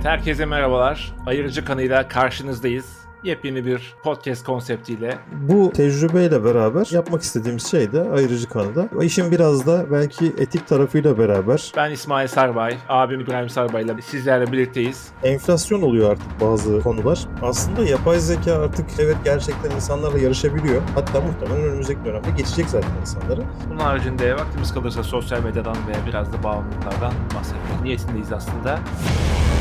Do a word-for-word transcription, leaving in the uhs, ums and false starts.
Evet, herkese merhabalar. Ayırıcı Kanı'yla karşınızdayız. Yepyeni bir podcast konseptiyle. Bu tecrübeyle beraber yapmak istediğimiz şey de Ayırıcı Kanı'da. O işin biraz da belki etik tarafıyla beraber. Ben İsmail Sarbay, abim İbrahim Sarbay'la sizlerle birlikteyiz. Enflasyon oluyor artık bazı konular. Aslında yapay zeka artık evet gerçekten insanlarla yarışabiliyor. Hatta muhtemelen önümüzdeki dönemde geçecek zaten insanları. Bunun haricinde vaktimiz kalırsa sosyal medyadan ve biraz da bağımlılıklardan bahsetmek niyetindeyiz aslında.